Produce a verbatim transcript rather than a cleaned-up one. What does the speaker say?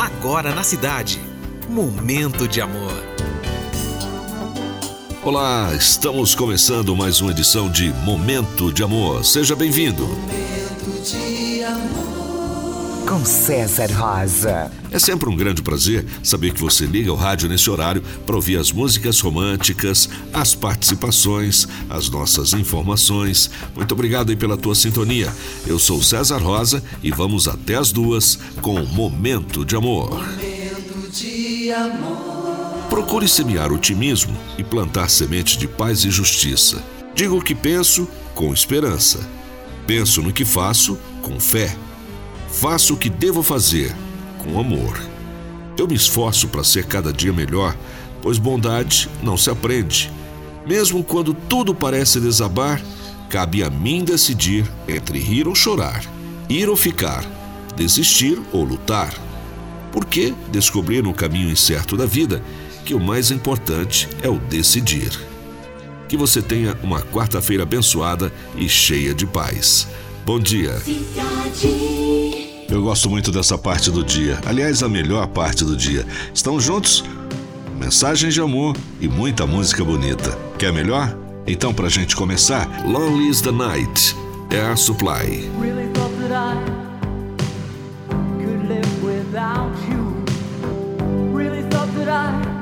agora na cidade. Momento de Amor. Olá, estamos começando mais uma edição de Momento de Amor. Seja bem-vindo. Momento de Amor. Com César Rosa. É sempre um grande prazer saber que você liga o rádio nesse horário para ouvir as músicas românticas, as participações, as nossas informações. Muito obrigado aí pela tua sintonia. Eu sou César Rosa e vamos até as duas com Momento de Amor. Momento de Amor. Procure semear otimismo e plantar sementes de paz e justiça. Digo o que penso com esperança. Penso no que faço com fé. Faço o que devo fazer com amor. Eu me esforço para ser cada dia melhor, pois bondade não se aprende. Mesmo quando tudo parece desabar, cabe a mim decidir entre rir ou chorar, ir ou ficar, desistir ou lutar. Porque descobrir no caminho incerto da vida que o mais importante é o decidir. Que você tenha uma quarta-feira abençoada e cheia de paz. Bom dia. Eu gosto muito dessa parte do dia. Aliás, a melhor parte do dia. Estão juntos? Mensagens de amor e muita música bonita. Quer melhor? Então, pra gente começar, Lonely is the Night, Air Supply. Really thought that I could live without you. Really thought that I